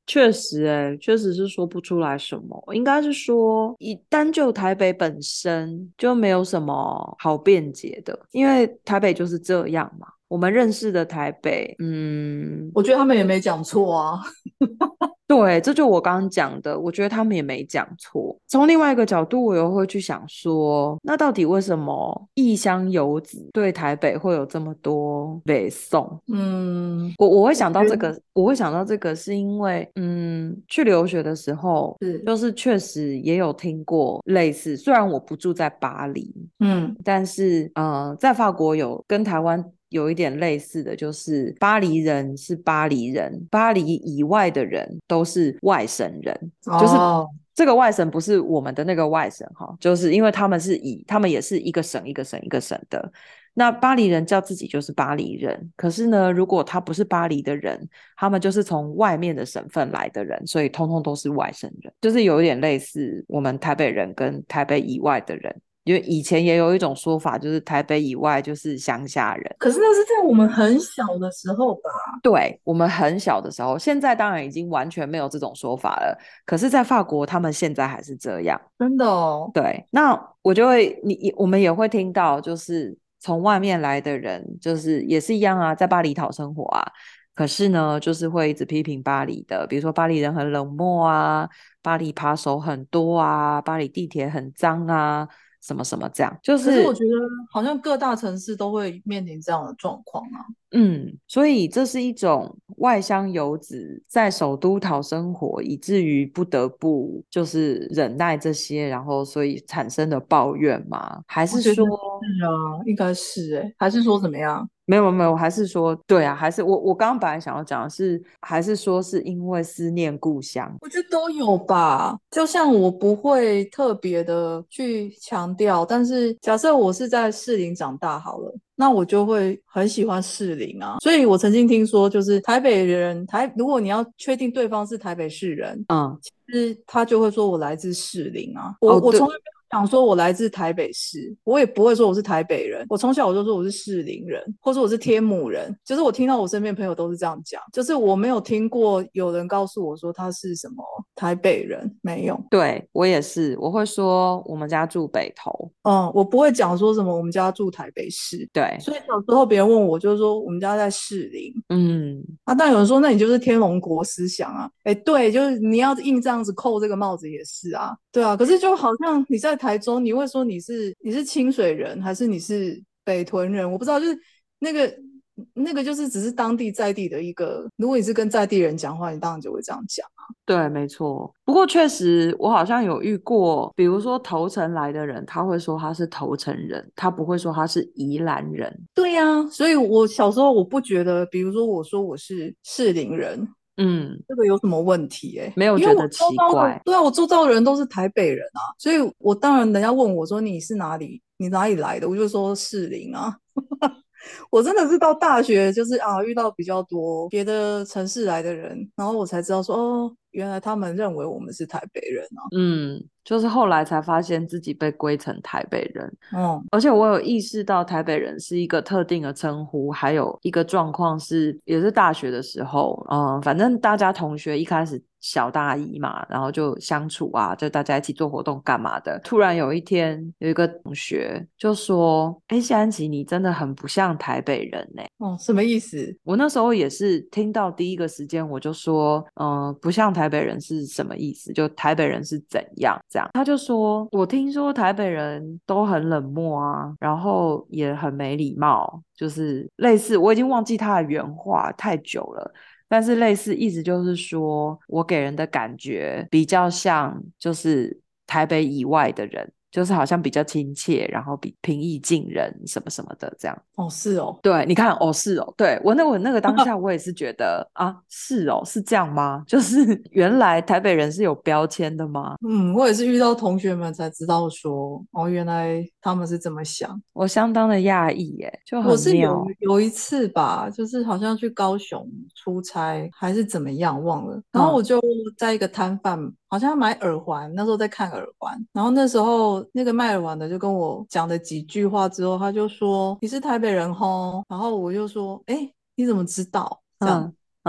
确实、确实是说不出来什么。应该是说，单就台北本身就没有什么好辩解的，因为台北就是这样嘛。我们认识的台北， 我觉得他们也没讲错啊。 对，这就我刚刚讲的，我觉得他们也没讲错。从另外一个角度，我又会去想说，那到底为什么异乡游子对台北会有这么多北宋？ 嗯， 我会想到我觉得这个，我会想到这个是因为，去留学的时候， 是， 就是确实也有听过类似，虽然我不住在巴黎， 嗯， 但是在法国有跟台湾有一点类似的，就是巴黎人是巴黎人，巴黎以外的人都是外省人，就是哦， 这个外省不是我们的那个外省哈，就是因为他们也是一个省一个省一个省的。那巴黎人叫自己就是巴黎人，可是呢，如果他不是巴黎的人，他们就是从外面的省份来的人，所以通通都是外省人，就是有一点类似我们台北人跟台北以外的人。因为以前也有一种说法，就是台北以外就是乡下人。 可是那是在我们很小的时候吧？ 对，我们很小的时候，现在当然已经完全没有这种说法了。可是，在法国，他们现在还是这样。 真的哦。 对，那我就会，我们也会听到，就是从外面来的人，就是也是一样啊，在巴黎讨生活啊。可是呢，就是会一直批评巴黎的，比如说巴黎人很冷漠啊，巴黎扒手很多啊，巴黎地铁很脏啊，什么什么这样，就是可是我觉得好像各大城市都会面临这样的状况啊。 所以这是一种外乡游子在首都讨生活，以至于不得不就是忍耐这些，然后所以产生的抱怨吗？还是说我觉得是啊，应该是还是说怎么样？ 没有没有，还是说对啊？还是我刚刚本来想要讲的是，还是说是因为思念故乡？ 我觉得都有吧。就像我不会特别的去强调，但是假设我是在士林长大好了，那我就会很喜欢士林啊。所以我曾经听说，就是台北人如果你要确定对方是台北市人， 嗯， 是他就会说我来自士林啊。我哦对， 我从来没有想说我来自台北市，我也不会说我是台北人。我从小我就说我是士林人，或者我是天母人。就是我听到我身边朋友都是这样讲，就是我没有听过有人告诉我说他是什么台北人，没有。 对我也是，我会说我们家住北投， 我不会讲说什么我们家住台北市。 对， 所以小时候别人问我，就是说我们家在士林。 嗯。 但有人说，那你就是天龙国思想啊。对，就是你要硬这样子扣这个帽子也是啊。对啊，可是就好像你在台中，你会说你是清水人还是你是北屯人？我不知道，就是那个就是只是当地在地的一个，如果你是跟在地人讲话，你当然就会这样讲。 对，没错。不过确实，我好像有遇过，比如说头城来的人，他会说他是头城人，他不会说他是宜兰人。 对呀，所以我小时候我不觉得，比如说我说我是士林人， 嗯， 这个有什么问题因为我没有觉得周遭的， 奇怪。 对啊，我周遭的人都是台北人啊，所以我当然人家问我说你是哪里，你哪里来的，我就说士林啊。我真的是到大学，就是遇到比较多别的城市来的人，然后我才知道说，原来他们认为我们是台北人啊。 就是后来才发现自己被归成台北人， 嗯， 而且我有意识到台北人是一个特定的称呼，还有一个状况是，也是大学的时候，反正大家同学一开始小大一嘛，然后就相处啊，就大家一起做活动干嘛的。突然有一天，有一个同学就说：“哎，谢安琪，你真的很不像台北人呢。” 什么意思？ 我那时候也是听到第一个时间，我就说，不像台北人是什么意思？就台北人是怎样？这样，他就说，我听说台北人都很冷漠啊，然后也很没礼貌，就是类似，我已经忘记他的原话太久了，但是类似意思就是说我给人的感觉比较像就是台北以外的人，就是好像比较亲切，然后比平易近人什么什么的这样。 是哦。 对，你看，哦，是哦，对，我那个当下，我也是觉得啊，是哦，是这样吗？就是原来台北人是有标签的吗？ 我也是遇到同学们才知道说，原来他们是这么想。 我相当的讶异耶，就很我是有妙。 有一次吧，就是好像去高雄出差还是怎么样，忘了。然后嗯我就在一个摊贩，好像买耳环，那时候在看耳环。然后那时候那个卖耳环的就跟我讲了几句话之后，他就说你是台北人吼。然后我就说，哎，你怎么知道？这样。 嗯嗯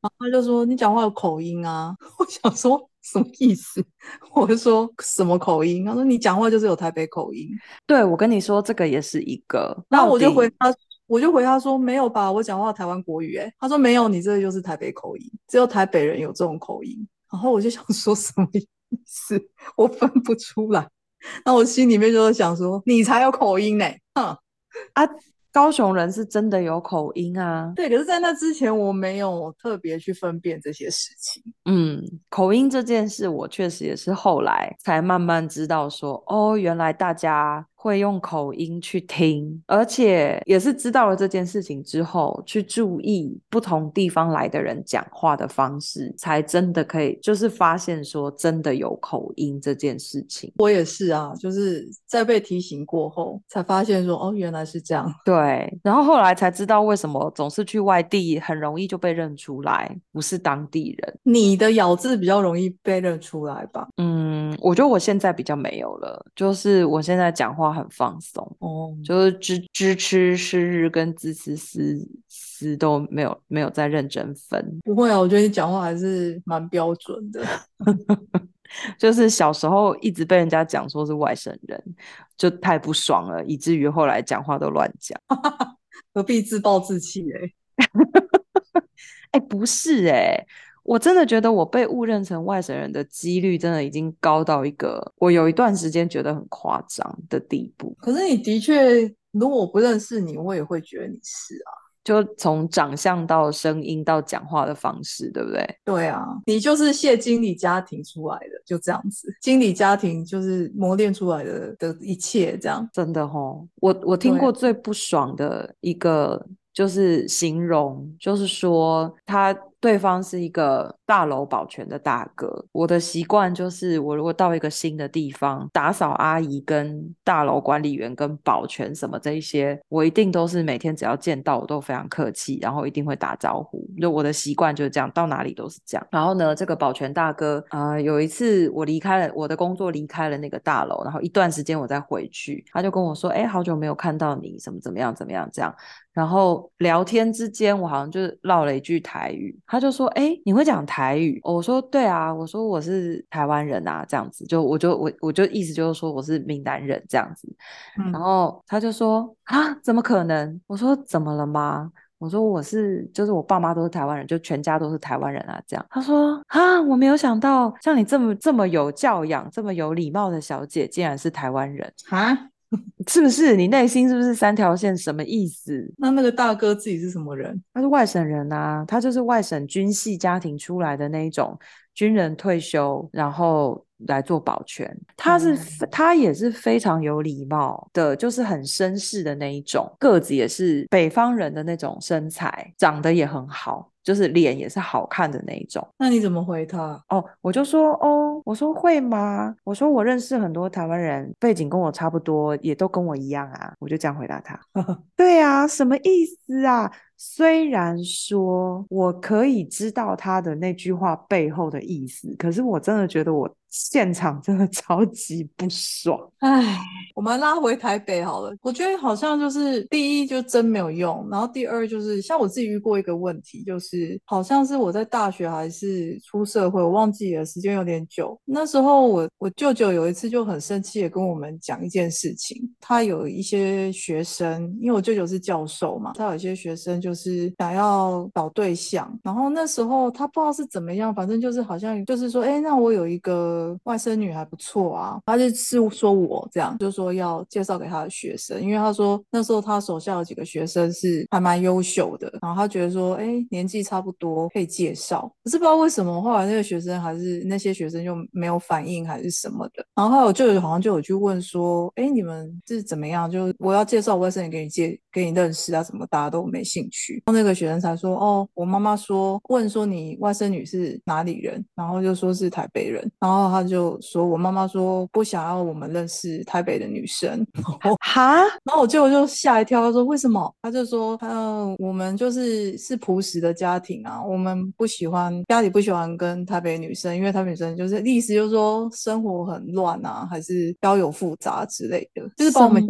他就说你讲话有口音啊，我想说什么意思？我就说什么口音？他说你讲话就是有台北口音。 对，我跟你说，这个也是一个， 然后到底我就回他说没有吧，我讲话台湾国语。他说没有，你这个就是台北口音，只有台北人有这种口音。然后我就想说什么意思？我分不出来。那我心里面就在想说，你才有口音呢。哼， 啊，高雄人是真的有口音啊。 对。可是，在那之前，我没有特别去分辨这些事情。 嗯，口音这件事，我确实也是后来才慢慢知道说，哦，原来大家会用口音去听，而且也是知道了这件事情之后，去注意不同地方来的人讲话的方式，才真的可以，就是发现说真的有口音这件事情。 我也是啊，就是在被提醒过后，才发现说，哦，原来是这样。 对，然后后来才知道为什么总是去外地，很容易就被认出来，不是当地人。 你的咬字比较容易被认出来吧？ 嗯，我觉得我现在比较没有了，就是我现在讲话很放松， 哦， 就是吃日跟滋都没有在认真分， 不会啊，我觉得你讲话还是蛮标准的。 就是小时候一直被人家讲说是外省人，就太不爽了，以至于后来讲话都乱讲。 何必自暴自弃嘞？ 哎，不是哎，我真的觉得我被误认成外省人的几率真的已经高到一个我有一段时间觉得很夸张的地步。 可是你的确，如果我不认识你，我也会觉得你是啊。 就从长相到声音到讲话的方式，对不对？ 对啊，你就是谢经理家庭出来的，就这样子。经理家庭就是磨练出来的一切，这样。 真的哦，我听对啊。 过最不爽的一个就是形容，就是说对方是一个大楼保全的大哥。我的习惯就是，我如果到一个新的地方，打扫阿姨跟大楼管理员跟保全什么这一些，我一定都是每天只要见到我都非常客气，然后一定会打招呼。就我的习惯就是这样，到哪里都是这样。然后呢，这个保全大哥有一次我离开了我的工作，离开了那个大楼，然后一段时间我再回去，他就跟我说：“哎，好久没有看到你，怎么样这样。”然后聊天之间，我好像就唠了一句台语，他就说：“哎，你会讲台语？”我说：“对啊，我说我是台湾人啊，这样子，我就意思就是说我是闽南人这样子。”然嗯。 后他就说：“啊，怎么可能？”我说：“怎么了吗？”我说就是我爸妈都是台湾人，就全家都是台湾人啊，这样。他说啊，我没有想到像你这么有教养、这么有礼貌的小姐，竟然是台湾人， 啊， 是不是？你内心是不是三条线？什么意思？ 那个大哥自己是什么人？ 他是外省人啊，他就是外省军系家庭出来的那一种军人退休，然后来做保全。 哦， 他也是非常有礼貌的，就是很绅士的那一种，个子也是北方人的那种身材，长得也很好，就是脸也是好看的那一种。 那你怎么回他？ 哦，我就说哦，我说会吗？我说我认识很多台湾人，背景跟我差不多，也都跟我一样啊，我就这样回答他。对啊，什么意思啊？虽然说我可以知道他的那句话背后的意思，可是我真的觉得我现场真的超级不爽。 唉，我们拉回台北好了。我觉得好像就是第一就真没有用，然后第二就是像我自己遇过一个问题，就是好像是我在大学还是出社会，我忘记了，时间有点久。那时候我舅舅有一次就很生气的跟我们讲一件事情，他有一些学生，因为我舅舅是教授嘛，他有一些学生就是想要找对象，然后那时候他不知道是怎么样，反正就是好像就是说，哎，那我有一个外甥女还不错啊，他就是说我这样，就说要介绍给他的学生，因为他说那时候他手下有几个学生是还蛮优秀的，然后他觉得说，哎，年纪差不多可以介绍，可是不知道为什么后来那个学生还是那些学生就没有反应还是什么的，然后后来我舅舅好像就有去问说，哎，你们是怎么样？就我要介绍我外甥女给你认识啊，什么大家都没兴趣。然后那个学生才说，哦，我妈妈问说你外甥女是哪里人，然后就说是台北人，然后他就说我妈妈说不想要我们认识台北的女生， 哈， 然后我舅舅就吓一跳，他说为什么？他就说，我们是朴实的家庭啊，我们不喜欢家里不喜欢跟台北女生，因为台北女生就是意思就是说生活很乱啊，还是交友复杂之类的，就是把我们什想。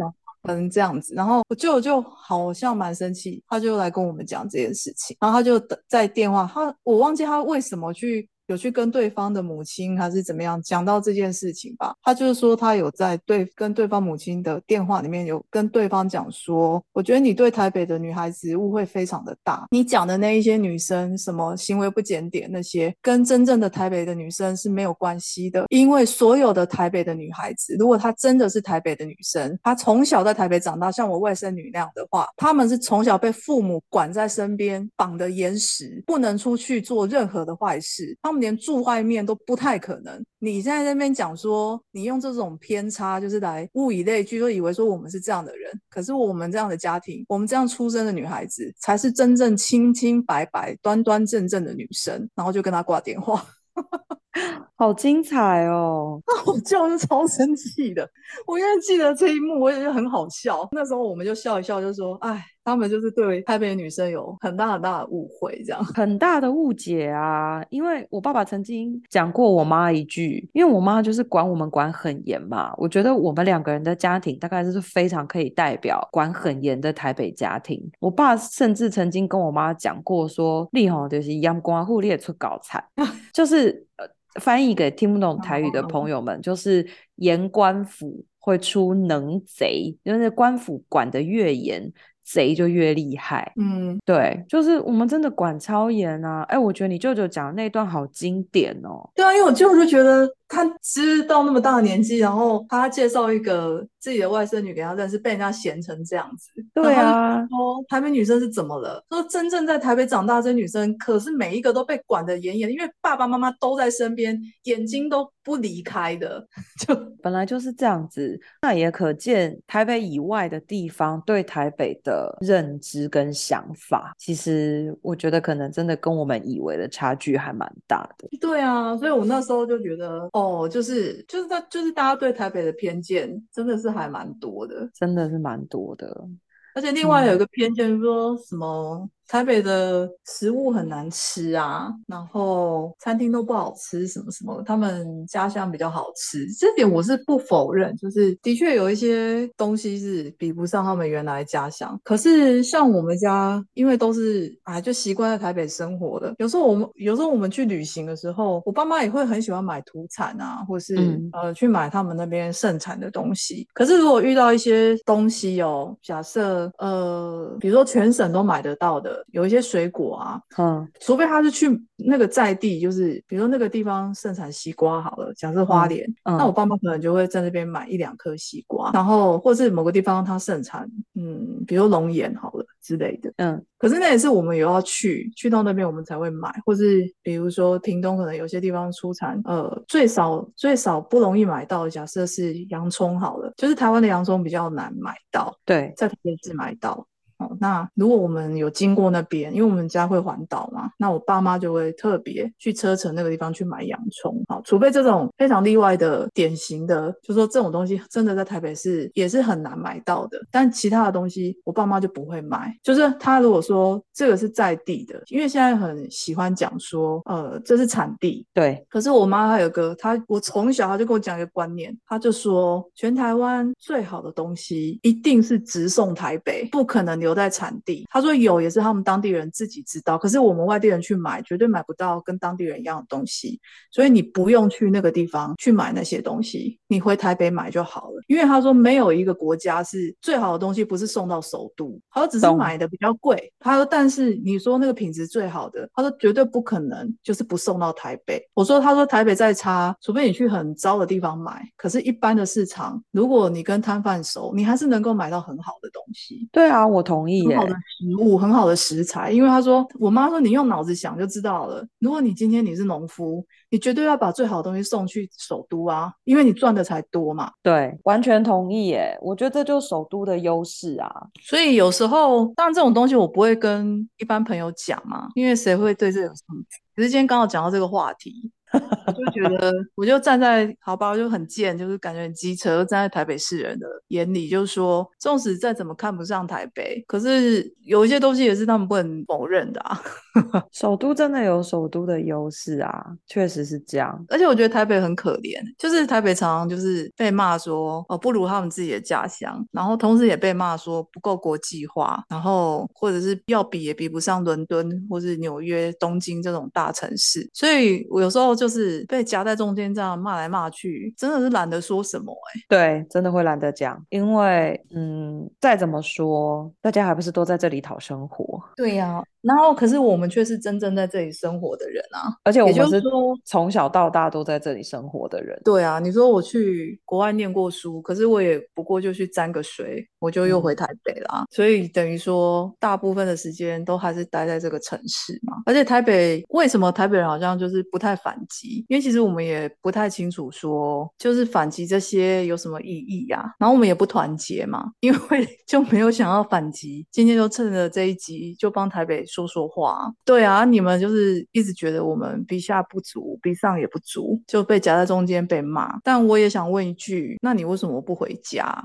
可能这样子。然后我舅舅就好像蛮生气，他就来跟我们讲这件事情，然后他就在电话，我忘记他为什么有去跟对方的母亲还是怎么样讲到这件事情吧。他就是说他有在跟对方母亲的电话里面有跟对方讲说，我觉得你对台北的女孩子误会非常的大，你讲的那一些女生什么行为不检点那些，跟真正的台北的女生是没有关系的。因为所有的台北的女孩子，如果她真的是台北的女生，她从小在台北长大，像我外甥女那样的话，她们是从小被父母管在身边，绑得严实，不能出去做任何的坏事，她们连住外面都不太可能。你现在在那边讲说，你用这种偏差就是来物以类聚，就以为说我们是这样的人，可是我们这样的家庭，我们这样出生的女孩子，才是真正清清白白、端端正正的女生。然后就跟她挂电话。 好精彩哦！ 我就是超生气的，我现在记得这一幕，我也觉得很好笑。那时候我们就笑一笑，就说：“哎，他们就是对台北的女生有很大很大的误会，这样。” 很大的误解啊！因为我爸爸曾经讲过我妈一句，因为我妈就是管我们管很严嘛。我觉得我们两个人的家庭大概是非常可以代表管很严的台北家庭。我爸甚至曾经跟我妈讲过说：“你吼就是阳光户列出搞惨，就是翻译给听不懂台语的朋友们，就是严官府会出能贼，就是官府管得越严，贼就越厉害。” 嗯， 对，就是我们真的管超严啊！哎，我觉得你舅舅讲的那段好经典哦。 对啊，因为我舅就觉得他知到那么大的年纪，然后他介绍一个自己的外甥女给他认识，被人家嫌成这样子，然对后他就啊， 说台北女生是怎么了？说真正在台北长大这些女生，可是每一个都被管得严严的，因为爸爸妈妈都在身边，眼睛都不离开的。就本来就是这样子，那也可见台北以外的地方对台北的认知跟想法，其实我觉得可能真的跟我们以为的差距还蛮大的。 对啊，所以我那时候就觉得，哦，就是大家对台北的偏见真的是还蛮多的。 真的是蛮多的。 而且另外有一嗯， 个偏见，说什么台北的食物很难吃啊，然后餐厅都不好吃，什么什么，他们家乡比较好吃，这点我是不否认，就是的确有一些东西是比不上他们原来家乡。可是像我们家，因为都是就习惯在台北生活的，有时候我们去旅行的时候，我爸妈也会很喜欢买土产啊，或是嗯去买他们那边盛产的东西。可是如果遇到一些东西哦，假设比如说全省都买得到的，有一些水果啊， 嗯除非他是去那个在地，就是比如说那个地方盛产西瓜好了，假设花嗯莲，那我嗯， 爸妈可能就会在那边买一两颗西瓜，然后或是某个地方它盛产，比如龙眼好了之类的。 嗯， 可是那也是我们有要去到那边我们才会买，或是比如说屏东可能有些地方出产，最少不容易买到的，假设是洋葱好了，就是台湾的洋葱比较难买到， 对， 在台北市买到。哦，那如果我们有经过那边，因为我们家会环岛嘛，那我爸妈就会特别去车城那个地方去买洋葱。好，除非这种非常例外的、典型的，就说这种东西真的在台北市也是很难买到的。但其他的东西，我爸妈就不会买。就是他如果说这个是在地的，因为现在很喜欢讲说，这是产地。 对， 可是我妈还有个，我从小她就跟我讲一个观念，她就说，全台湾最好的东西一定是直送台北，不可能留在产地。她说有也是他们当地人自己知道，可是我们外地人去买，绝对买不到跟当地人一样的东西。所以你不用去那个地方去买那些东西，你回台北买就好了。因为他说没有一个国家是最好的东西不是送到首都，他说只是懂。 买的比较贵。他说但是你说那个品质最好的，他说绝对不可能就是不送到台北。他说台北再差，除非你去很糟的地方买，可是一般的市场，如果你跟摊贩熟，你还是能够买到很好的东西。 对啊，我同意很好的耶。 食物，很好的食材，因为我妈说你用脑子想就知道了。如果你今天你是农夫，你绝对要把最好的东西送去首都啊，因为你赚的才多嘛。 对，完全同意耶。我觉得这就是首都的优势啊。 所以有时候，当然这种东西我不会跟一般朋友讲嘛，因为谁会对这有兴趣？只是今天刚好讲到这个话题， 我就觉得，我就站在好吧，我就很贱，就是感觉很机车，站在台北市人的眼里，就是说，纵使再怎么看不上台北，可是有一些东西也是他们不能否认的啊。 首都真的有首都的优势啊，确实是这样。 而且我觉得台北很可怜，就是台北常常就是被骂说哦不如他们自己的家乡，然后同时也被骂说不够国际化，然后或者是要比也比不上伦敦或是纽约、东京这种大城市，所以我有时候就是被夹在中间这样骂来骂去，真的是懒得说什么哎、 对，真的会懒得讲，因为再怎么说，大家还不是都在这里讨生活， 对呀、然后可是我们却是真正在这里生活的人啊， 而且我也就们是是说， 从小到大都在这里生活的人。 对啊，你说我去国外念过书，可是我也不过就去沾个水，我就又回嗯， 台北啦。所以等于说，大部分的时间都还是待在这个城市嘛。而且台北为什么台北人好像就是不太反击？因为其实我们也不太清楚说，就是反击这些有什么意义呀、然后我们也不团结嘛，因为就没有想要反击。今天就趁着这一集，就帮台北说说话。对啊，你们就是一直觉得我们比下不足，比上也不足，就被夹在中间被骂。但我也想问一句，那你为什么不回家？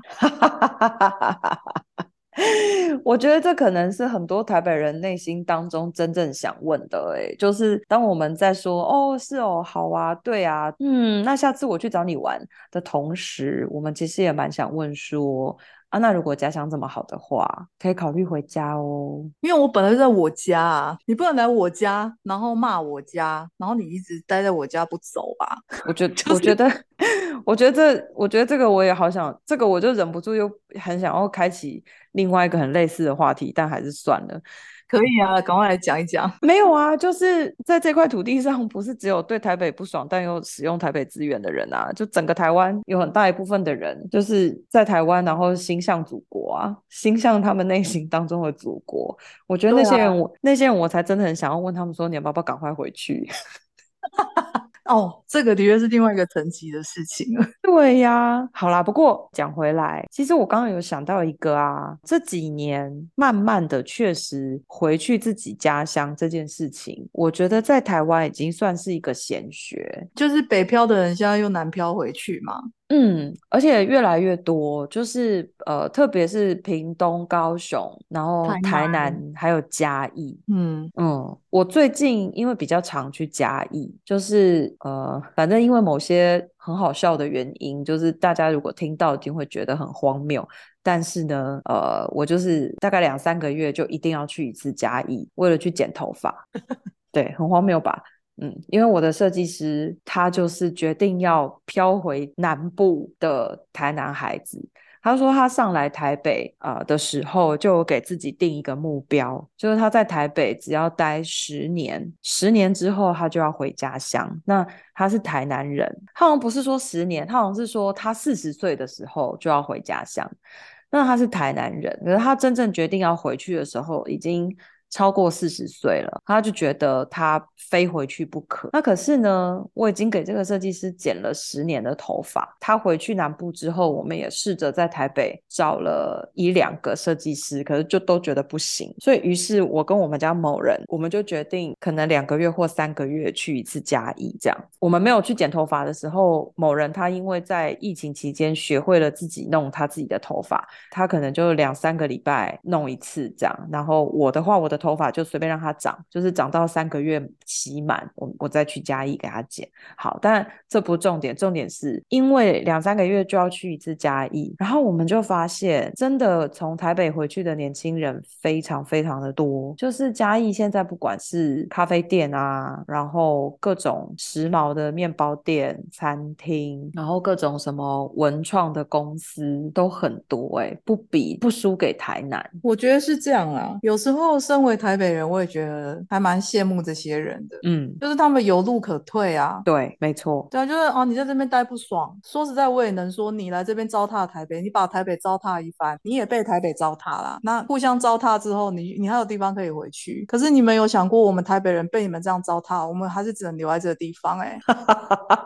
我觉得这可能是很多台北人内心当中真正想问的，诶，就是当我们在说哦，是哦，好啊，对啊，那下次我去找你玩的同时，我们其实也蛮想问说，啊，那如果家乡这么好的话，可以考虑回家哦。 因为我本来就在我家啊，你不能来我家，然后骂我家，然后你一直待在我家不走吧？ 我觉就是我觉得，我觉得这个我也好想，这个我就忍不住又很想要开启另外一个很类似的话题，但还是算了。 可以啊，赶快来讲一讲。 没有啊，就是在这块土地上，不是只有对台北不爽，但又使用台北资源的人啊，就整个台湾有很大一部分的人，就是在台湾，然后心向祖国啊，心向他们内心当中的祖国。我觉得对啊， 那些人，我才真的很想要问他们说，你要不要赶快回去？ 哦，这个的确是另外一个层级的事情了。 对呀，好啦，不过讲回来，其实我刚刚有想到一个啊，这几年慢慢的确实回去自己家乡这件事情，我觉得在台湾已经算是一个显学。 就是北漂的人现在又南漂回去嘛。 而且越来越多，就是特别是屏东、高雄，然后台台南南， 还有嘉义， 嗯， 我最近因为比较常去嘉义，就是反正因为某些很好笑的原因，就是大家如果听到一定会觉得很荒谬，但是呢，我就是大概2、3个月就一定要去一次嘉义，为了去剪头发，对，很荒谬吧？因为我的设计师他就是决定要飘回南部的台南孩子，他说他上来台北的时候，就有给自己定一个目标，就是他在台北只要待10年，10年之后他就要回家乡。那他是台南人，他好像不是说10年，他好像是说他40岁的时候就要回家乡。那他是台南人，可是他真正决定要回去的时候，已经超过40岁了，他就觉得他非回去不可。那可是呢，我已经给这个设计师剪了10年的头发。他回去南部之后，我们也试着在台北找了1、2个设计师，可是就都觉得不行。所以于是我跟我们家某人，我们就决定可能2个月或3个月去一次嘉义这样。我们没有去剪头发的时候，某人他因为在疫情期间学会了自己弄他自己的头发，他可能就2、3个礼拜弄一次这样。然后我的话，我的头发就随便让它长，就是长到3个月期满，我再去嘉义给他剪。好，但这不重点，重点是因为2、3个月就要去一次嘉义，然后我们就发现，真的从台北回去的年轻人非常非常的多，就是嘉义现在不管是咖啡店啊，然后各种时髦的面包店、餐厅，然后各种什么文创的公司都很多不输给台南。 我觉得是这样啦。有时候身为台北人，我也觉得还蛮羡慕这些人的， 嗯， 就是他们有路可退啊。 对，没错。 对啊，就是哦，你在这边待不爽。说实在，我也能说你来这边糟蹋台北，你把台北糟蹋一番，你也被台北糟蹋啦。那互相糟蹋之后，你还有地方可以回去。可是你们有想过，我们台北人被你们这样糟蹋，我们还是只能留在这个地方哎、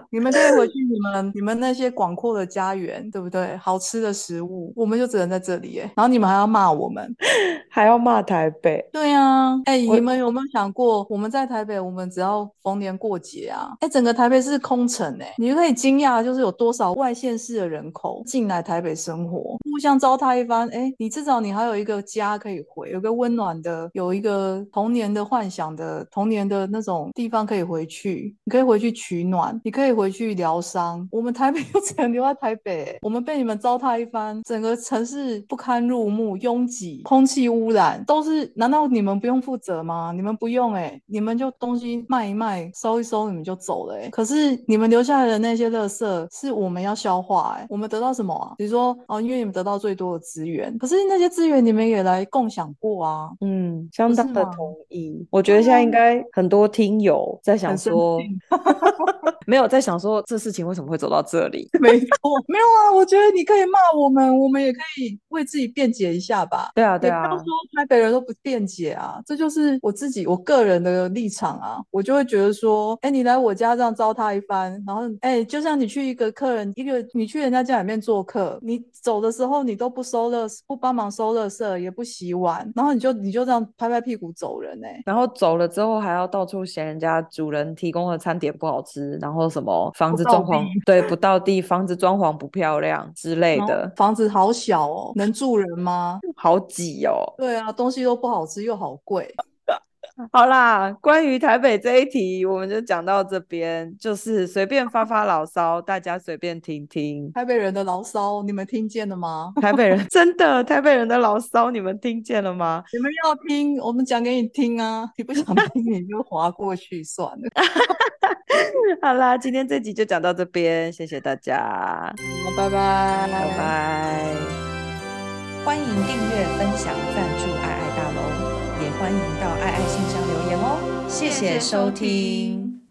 你们可以回去你们那些广阔的家园，对不对？好吃的食物，我们就只能在这里耶。然后你们还要骂我们。 还要骂台北。 对啊，哎，你们我有没有想过，我们在台北，我们只要逢年过节啊，哎，整个台北是空城哎，你就可以惊讶，就是有多少外县市的人口进来台北生活，互相糟蹋一番，哎，你至少你还有一个家可以回，有个温暖的，有一个童年的幻想的童年的那种地方可以回去，你可以回去取暖，你可以回去疗伤。我们台北就只能留在台北，我们被你们糟蹋一番，整个城市不堪入目，拥挤，空气污染，都是，难道你们不用负责吗？你们不用你们就东西卖一卖，收一收，你们就走了可是你们留下来的那些垃圾是我们要消化我们得到什么啊？比如说哦，因为你们得到最多的资源，可是那些资源你们也来共享过啊， 相当的不是吗？ 同意。我觉对啊， 得现在应该很多听友在想很生说， 气。 没有在想说这事情为什么会走到这里。 没错，没有啊，我觉得你可以骂我们，我们也可以为自己辩解一下吧。 对啊，对也不要说啊， 台北人都不辩解啊，这就是我个人的立场啊。我就会觉得说，哎，你来我家这样糟蹋一番，然后哎，就像你去一个客人，你去人家家里面做客，你走的时候你都不收垃圾，不帮忙收垃圾，也不洗碗，然后你就这样拍拍屁股走人然后走了之后还要到处嫌人家主人提供的餐点不好吃，然后什么房不到地， 子装潢，对，不到地，房子装潢不漂亮之类然后的， 房子好小哦，能住人吗？ 好挤哦。 对啊，东西都不好吃又好贵。 好啦，关于台北这一题，我们就讲到这边，就是随便发发牢骚，大家随便听听。 台北人的牢骚，你们听见了吗？ 台北人真的，台北人的牢骚，你们听见了吗？ 你们要听，我们讲给你听啊！你不想听，你就划过去算了。 好啦，今天这集就讲到这边，谢谢大家， 好，拜拜。 拜拜。欢迎订阅、分享、赞助爱爱大楼，也欢迎到爱爱信箱留言哦。谢谢收听。